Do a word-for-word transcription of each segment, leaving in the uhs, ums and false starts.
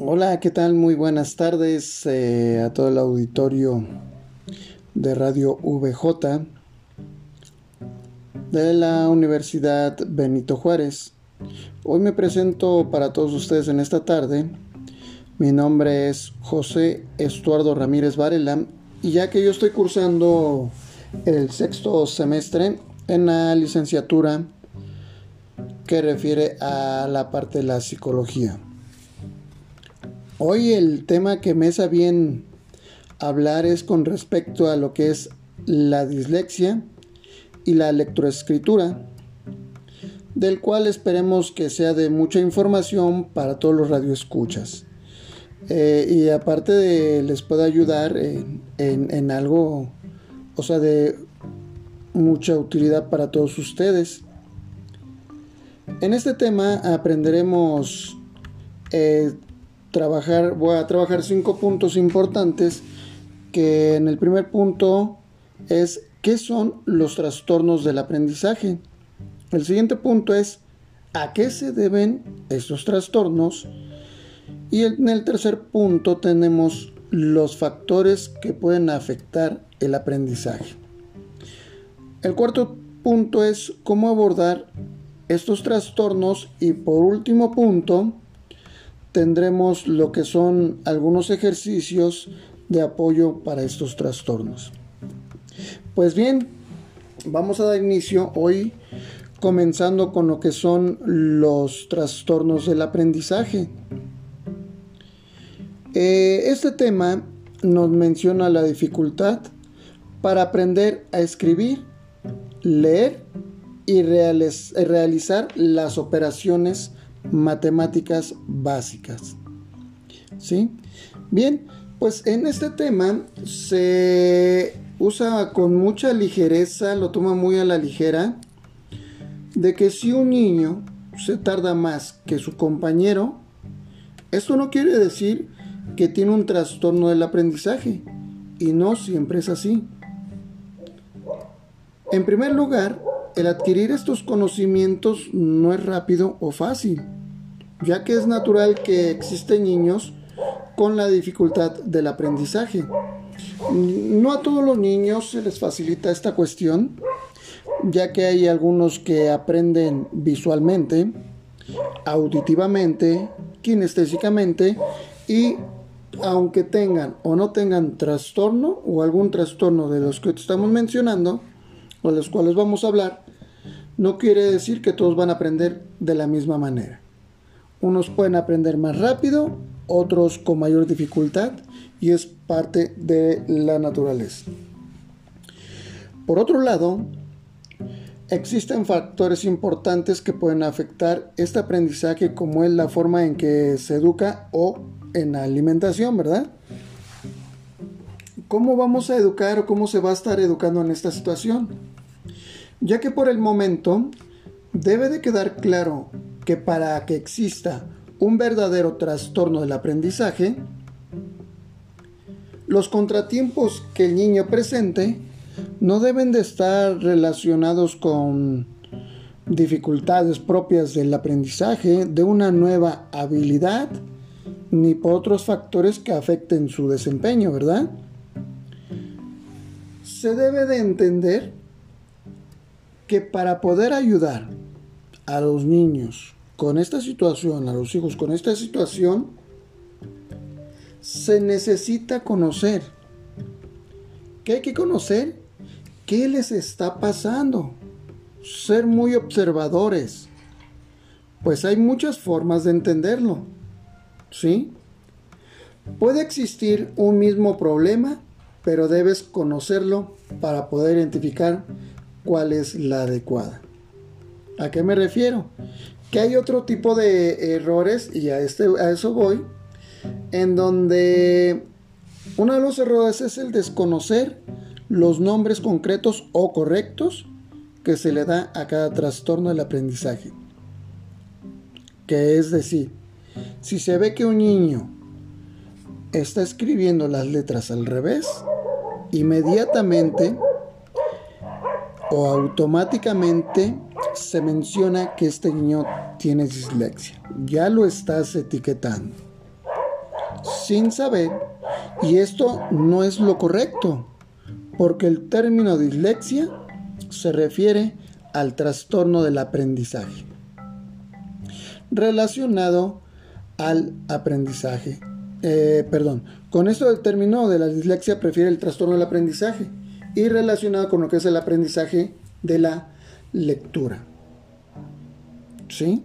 Hola, ¿qué tal? Muy buenas tardes eh, a todo el auditorio de Radio V J de la Universidad Benito Juárez. Hoy me presento para todos ustedes en esta tarde. Mi nombre es José Estuardo Ramírez Varela y ya que yo estoy cursando el sexto semestre en la licenciatura que refiere a la parte de la psicología. Hoy el tema que me es a bien hablar es con respecto a lo que es la dislexia y la lectoescritura, del cual esperemos que sea de mucha información para todos los radioescuchas. Eh, y aparte de les pueda ayudar en, en, en algo, o sea, de mucha utilidad para todos ustedes. En este tema aprenderemos eh, trabajar, voy a trabajar cinco puntos importantes, que en el primer punto es ¿qué son los trastornos del aprendizaje? El siguiente punto es ¿a qué se deben estos trastornos? Y en el tercer punto tenemos los factores que pueden afectar el aprendizaje. El cuarto punto es cómo abordar estos trastornos y por último punto tendremos lo que son algunos ejercicios de apoyo para estos trastornos. Pues bien, vamos a dar inicio hoy comenzando con lo que son los trastornos del aprendizaje. Eh, este tema nos menciona la dificultad para aprender a escribir, leer y realiz- realizar las operaciones matemáticas básicas. ¿Sí? Bien, pues en este tema se usa con mucha ligereza, lo toma muy a la ligera, de que si un niño se tarda más que su compañero, esto no quiere decir que tiene un trastorno del aprendizaje, y no siempre es así. En primer lugar, el adquirir estos conocimientos no es rápido o fácil, ya que es natural que existen niños con la dificultad del aprendizaje. No a todos los niños se les facilita esta cuestión, ya que hay algunos que aprenden visualmente, auditivamente, kinestésicamente y aunque tengan o no tengan trastorno o algún trastorno de los que estamos mencionando o de los cuales vamos a hablar, no quiere decir que todos van a aprender de la misma manera. Unos pueden aprender más rápido, otros con mayor dificultad, y es parte de la naturaleza. Por otro lado, existen factores importantes que pueden afectar este aprendizaje, como es la forma en que se educa o en la alimentación, ¿verdad? ¿Cómo vamos a educar o cómo se va a estar educando en esta situación? Ya que por el momento debe de quedar claro que para que exista un verdadero trastorno del aprendizaje, los contratiempos que el niño presente no deben de estar relacionados con dificultades propias del aprendizaje, de una nueva habilidad, ni por otros factores que afecten su desempeño, ¿verdad? Se debe de entender que para poder ayudar a los niños con esta situación, a los hijos con esta situación, se necesita conocer. ¿Qué hay que conocer? ¿Qué les está pasando? Ser muy observadores, pues hay muchas formas de entenderlo, ¿sí? Puede existir un mismo problema, pero debes conocerlo para poder identificar cuál es la adecuada. ¿A qué me refiero? Que hay otro tipo de errores, y a, este, a eso voy, en donde uno de los errores es el desconocer los nombres concretos o correctos que se le da a cada trastorno del aprendizaje. Que es decir, si se ve que un niño está escribiendo las letras al revés, inmediatamente o automáticamente se menciona que este niño tiene dislexia. Ya lo estás etiquetando. sin saber, y esto no es lo correcto, porque el término dislexia se refiere al trastorno del aprendizaje relacionado al aprendizaje. Eh, perdón, con esto del término de la dislexia prefiere el trastorno del aprendizaje y relacionado con lo que es el aprendizaje de la lectura. ¿Sí?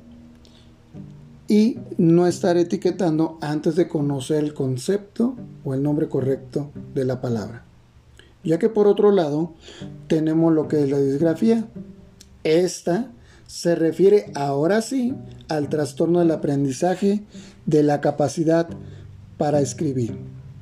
Y no estar etiquetando antes de conocer el concepto o el nombre correcto de la palabra. Ya que por otro lado tenemos lo que es la disgrafía. Esta se refiere ahora sí al trastorno del aprendizaje de la capacidad para escribir.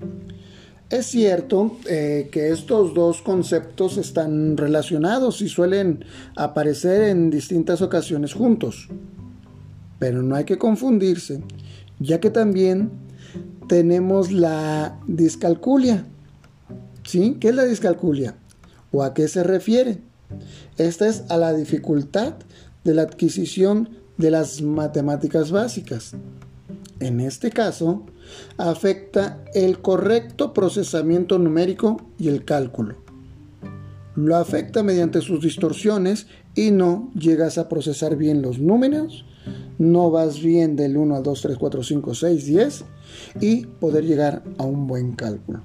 Es cierto eh, que estos dos conceptos están relacionados y suelen aparecer en distintas ocasiones juntos, pero no hay que confundirse, ya que también tenemos la discalculia. ¿Sí? ¿Qué es la discalculia? ¿O a qué se refiere? Esta es a la dificultad de la adquisición de las matemáticas básicas. En este caso, afecta el correcto procesamiento numérico y el cálculo. Lo afecta mediante sus distorsiones y no llegas a procesar bien los números, no vas bien del uno al dos, tres, cuatro, cinco, seis, diez y poder llegar a un buen cálculo.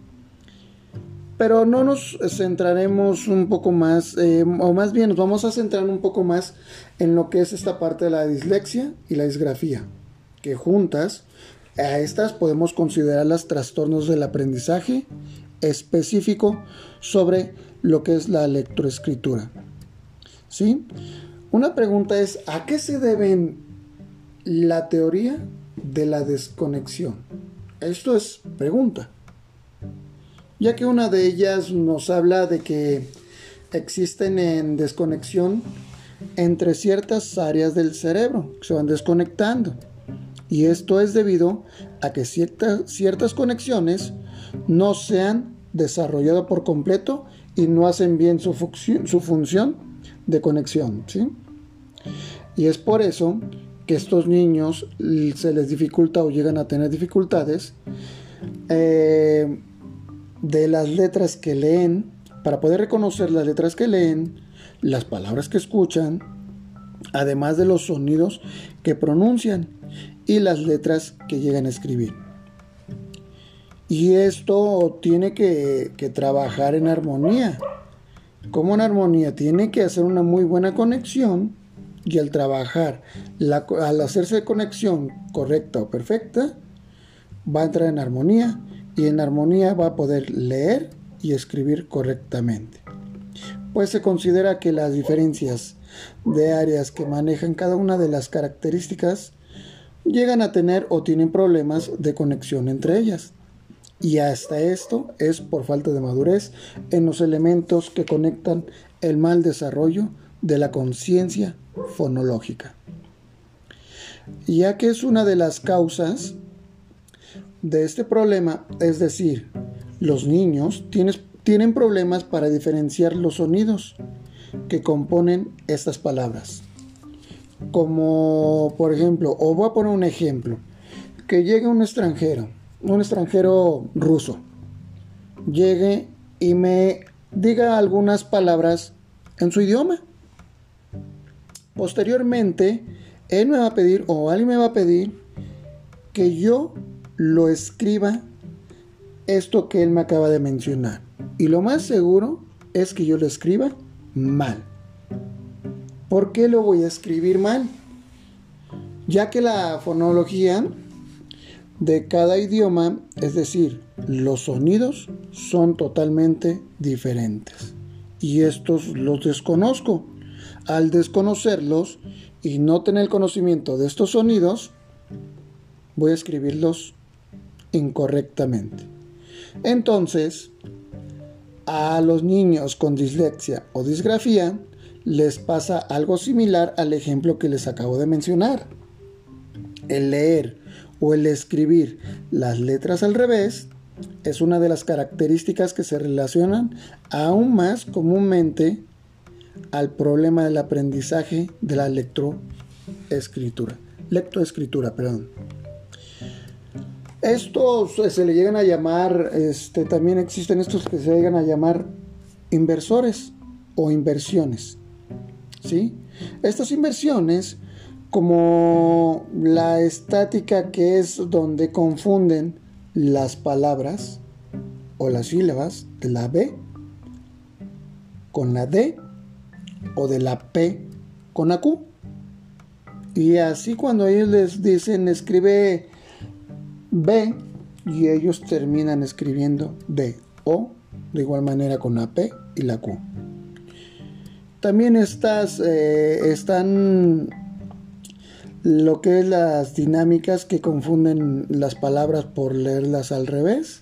Pero no nos centraremos un poco más, eh, o más bien nos vamos a centrar un poco más en lo que es esta parte de la dislexia y la disgrafía, que juntas a estas podemos considerarlas trastornos del aprendizaje específico sobre lo que es la lectoescritura. ¿Sí? Una pregunta es, ¿a qué se deben la teoría de la desconexión? Esto es pregunta. Ya que una de ellas nos habla de que existen en desconexión entre ciertas áreas del cerebro que se van desconectando. Y esto es debido a que cierta, ciertas conexiones no se han desarrollado por completo y no hacen bien su, función, su función de conexión, ¿sí? Y es por eso que estos niños se les dificulta o llegan a tener dificultades eh, de las letras que leen, para poder reconocer las letras que leen, las palabras que escuchan, además de los sonidos que pronuncian y las letras que llegan a escribir. Y esto tiene que, que trabajar en armonía. ¿Cómo en armonía? Tiene que hacer una muy buena conexión, y al trabajar, la, al hacerse conexión correcta o perfecta, va a entrar en armonía, y en armonía va a poder leer y escribir correctamente. Pues se considera que las diferencias de áreas que manejan cada una de las características llegan a tener o tienen problemas de conexión entre ellas. Y hasta esto es por falta de madurez en los elementos que conectan el mal desarrollo de la conciencia fonológica. Ya que es una de las causas de este problema, es decir, los niños tienes, tienen problemas para diferenciar los sonidos que componen estas palabras. Como por ejemplo, o voy a poner un ejemplo, que llegue un extranjero, un extranjero ruso, llegue y me diga algunas palabras en su idioma. Posteriormente, él me va a pedir, o alguien me va a pedir, que yo lo escriba esto que él me acaba de mencionar. Y lo más seguro es que yo lo escriba mal. ¿Por qué lo voy a escribir mal? Ya que la fonología de cada idioma, es decir, los sonidos, son totalmente diferentes. Y estos los desconozco. Al desconocerlos y no tener conocimiento de estos sonidos, voy a escribirlos incorrectamente. Entonces, a los niños con dislexia o disgrafía les pasa algo similar al ejemplo que les acabo de mencionar. El leer o el escribir las letras al revés es una de las características que se relacionan aún más comúnmente al problema del aprendizaje de la lectoescritura. Lectoescritura, perdón. Estos se le llegan a llamar, este, también existen estos que se llegan a llamar inversores o inversiones, ¿sí? Estas inversiones, como la estática, que es donde confunden las palabras o las sílabas de la B con la D o de la P con la Q. Y así cuando ellos les dicen escribe B, y ellos terminan escribiendo D, o de igual manera con la P y la Q. También estas eh, están lo que es las dinámicas que confunden las palabras por leerlas al revés,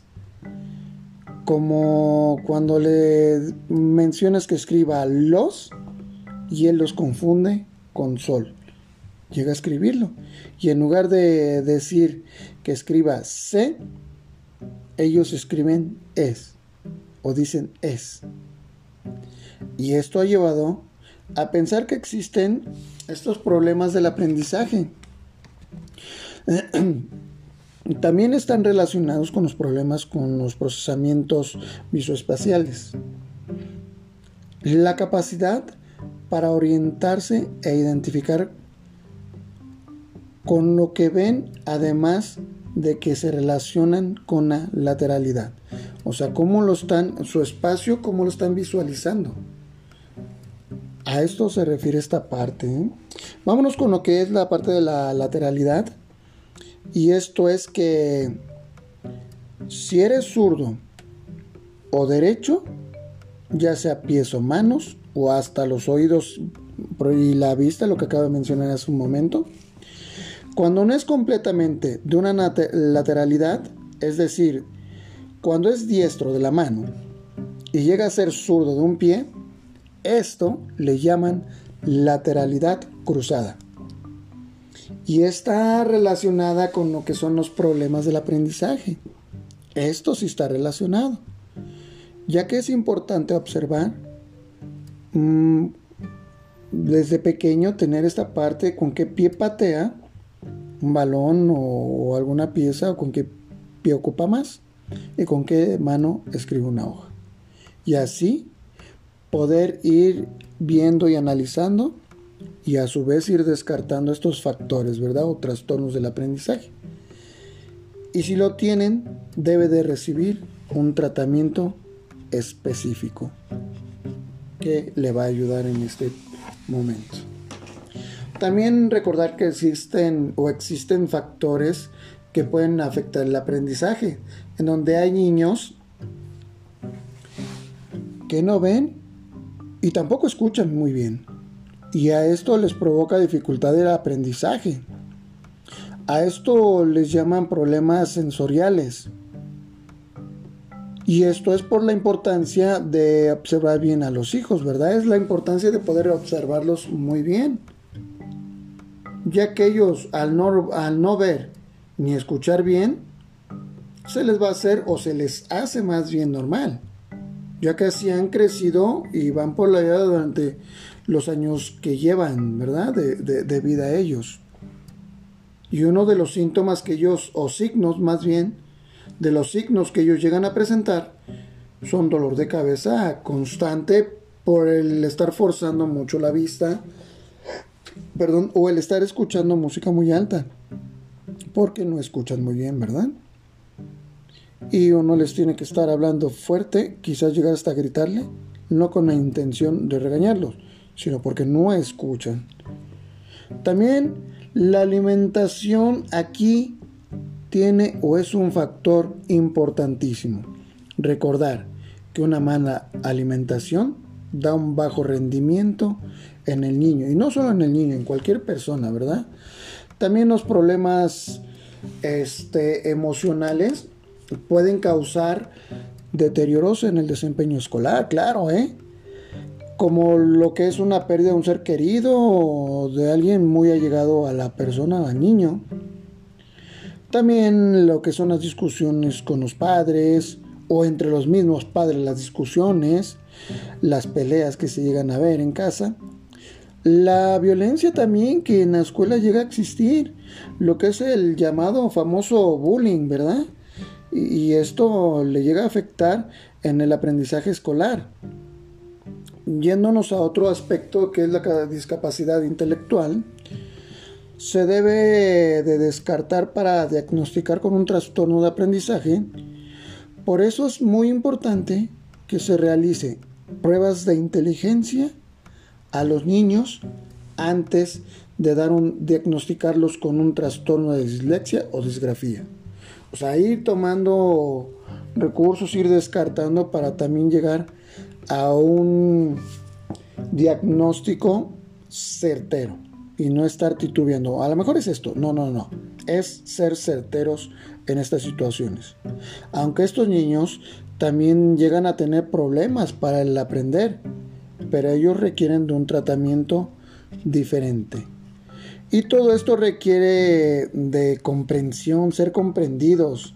como cuando le mencionas que escriba los y él los confunde con sol, llega a escribirlo, y en lugar de decir que escriba se, ellos escriben es o dicen es. Y esto ha llevado a pensar que existen estos problemas del aprendizaje. También están relacionados con los problemas con los procesamientos visoespaciales. La capacidad para orientarse e identificar con lo que ven, además de que se relacionan con la lateralidad. O sea, cómo lo están, su espacio, cómo lo están visualizando. A esto se refiere esta parte, ¿eh? Vámonos con lo que es la parte de la lateralidad. Y esto es que si eres zurdo o derecho, ya sea pies o manos, o hasta los oídos y la vista, lo que acabo de mencionar hace un momento, cuando no es completamente de una lateralidad, es decir, cuando es diestro de la mano y llega a ser zurdo de un pie, esto le llaman lateralidad cruzada. Y está relacionada con lo que son los problemas del aprendizaje. Esto sí está relacionado, ya que es importante observar mmm, desde pequeño tener esta parte, con qué pie patea un balón o, o alguna pieza, o con qué pie ocupa más y con qué mano escribe una hoja. Y así poder ir viendo y analizando, y a su vez ir descartando estos factores, ¿verdad? O trastornos del aprendizaje. Y si lo tienen, debe de recibir un tratamiento específico que le va a ayudar en este momento. También recordar que existen o existen factores que pueden afectar el aprendizaje, en donde hay niños que no ven y tampoco escuchan muy bien, y a esto les provoca dificultad del aprendizaje. A esto les llaman problemas sensoriales, y esto es por la importancia de observar bien a los hijos, ¿verdad? Es la importancia de poder observarlos muy bien, ya que ellos al no, al no ver ni escuchar bien, se les va a hacer, o se les hace más bien normal, ya que así han crecido y van por la vida durante los años que llevan, ¿verdad? De, de, de vida ellos. Y uno de los síntomas que ellos, o signos más bien, de los signos que ellos llegan a presentar, son dolor de cabeza constante por el estar forzando mucho la vista, perdón, o el estar escuchando música muy alta, porque no escuchan muy bien, ¿verdad? Y uno les tiene que estar hablando fuerte, quizás llegar hasta gritarle, no con la intención de regañarlos, sino porque no escuchan. También la alimentación aquí tiene o es un factor importantísimo. Recordar que una mala alimentación da un bajo rendimiento en el niño, y no solo en el niño, en cualquier persona, ¿verdad? También los problemas este, emocionales pueden causar deterioros en el desempeño escolar, claro, ¿eh? Como lo que es una pérdida de un ser querido o de alguien muy allegado a la persona, al niño. También lo que son las discusiones con los padres, o entre los mismos padres las discusiones, las peleas que se llegan a ver en casa, La violencia también que en la escuela llega a existir, lo que es el llamado famoso bullying, ¿verdad? Y, y esto le llega a afectar en el aprendizaje escolar. Yéndonos a otro aspecto que es la discapacidad intelectual, se debe de descartar para diagnosticar con un trastorno de aprendizaje. Por eso es muy importante que se realice pruebas de inteligencia a los niños antes de dar un, diagnosticarlos con un trastorno de dislexia o disgrafía. O sea, ir tomando recursos, ir descartando para también llegar a un diagnóstico certero y no estar titubeando. A lo mejor es esto. No, no, no. Es ser certeros en estas situaciones. Aunque estos niños también llegan a tener problemas para el aprender, pero ellos requieren de un tratamiento diferente. Y todo esto requiere de comprensión, ser comprendidos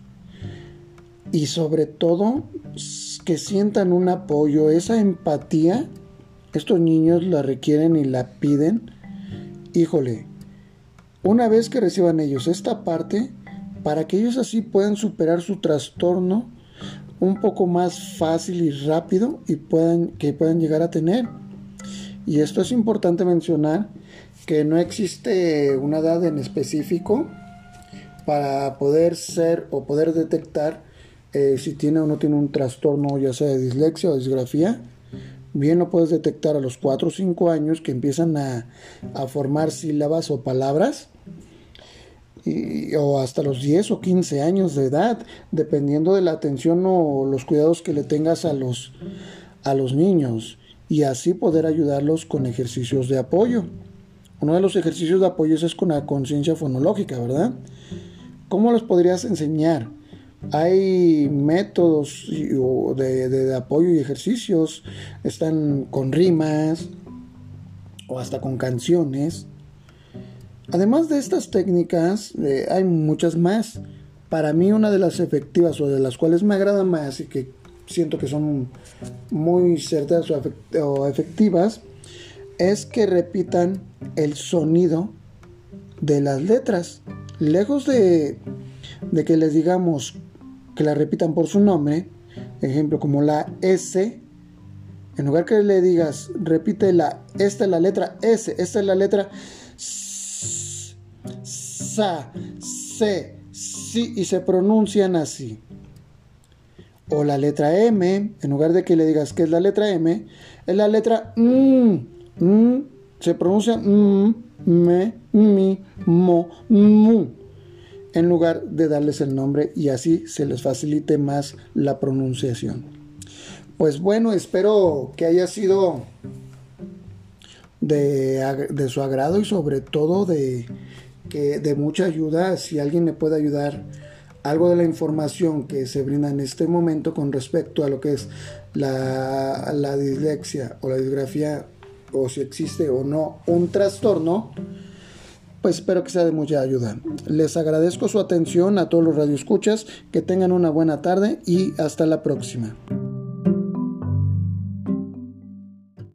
y sobre todo que sientan un apoyo, esa empatía. Estos niños la requieren y la piden. Híjole, una vez que reciban ellos esta parte, para que ellos así puedan superar su trastorno un poco más fácil y rápido y puedan, que puedan llegar a tener. Y esto es importante mencionar, que no existe una edad en específico para poder ser o poder detectar eh, si tiene o no tiene un trastorno, ya sea de dislexia o disgrafía. Bien lo puedes detectar a los cuatro o cinco años que empiezan a, a formar sílabas o palabras, y, o hasta los diez o quince años de edad, dependiendo de la atención o los cuidados que le tengas a los, a los niños, y así poder ayudarlos con ejercicios de apoyo. Uno de los ejercicios de apoyo es con la conciencia fonológica, ¿verdad? ¿Cómo los podrías enseñar? Hay métodos de, de, de apoyo y ejercicios, están con rimas o hasta con canciones. Además de estas técnicas, eh, hay muchas más. Para mí una de las efectivas o de las cuales me agrada más y que siento que son muy certeras o, efect- o efectivas es que repitan el sonido de las letras. Lejos de, de que les digamos que la repitan por su nombre, ejemplo como la S, en lugar que le digas repite la, esta es la letra S, esta es la letra S, sa, se, si, y se pronuncian así. O la letra M, en lugar de que le digas que es la letra M, es la letra M, M, se pronuncia M, me, mi, mo, mu, en lugar de darles el nombre, y así se les facilite más la pronunciación. Pues bueno, espero que haya sido de, de su agrado y sobre todo de, que, de mucha ayuda. Si alguien me puede ayudar algo de la información que se brinda en este momento con respecto a lo que es la, la dislexia o la disgrafía, o si existe o no un trastorno, pues espero que sea de mucha ayuda. Les agradezco su atención a todos los radioescuchas, que tengan una buena tarde y hasta la próxima.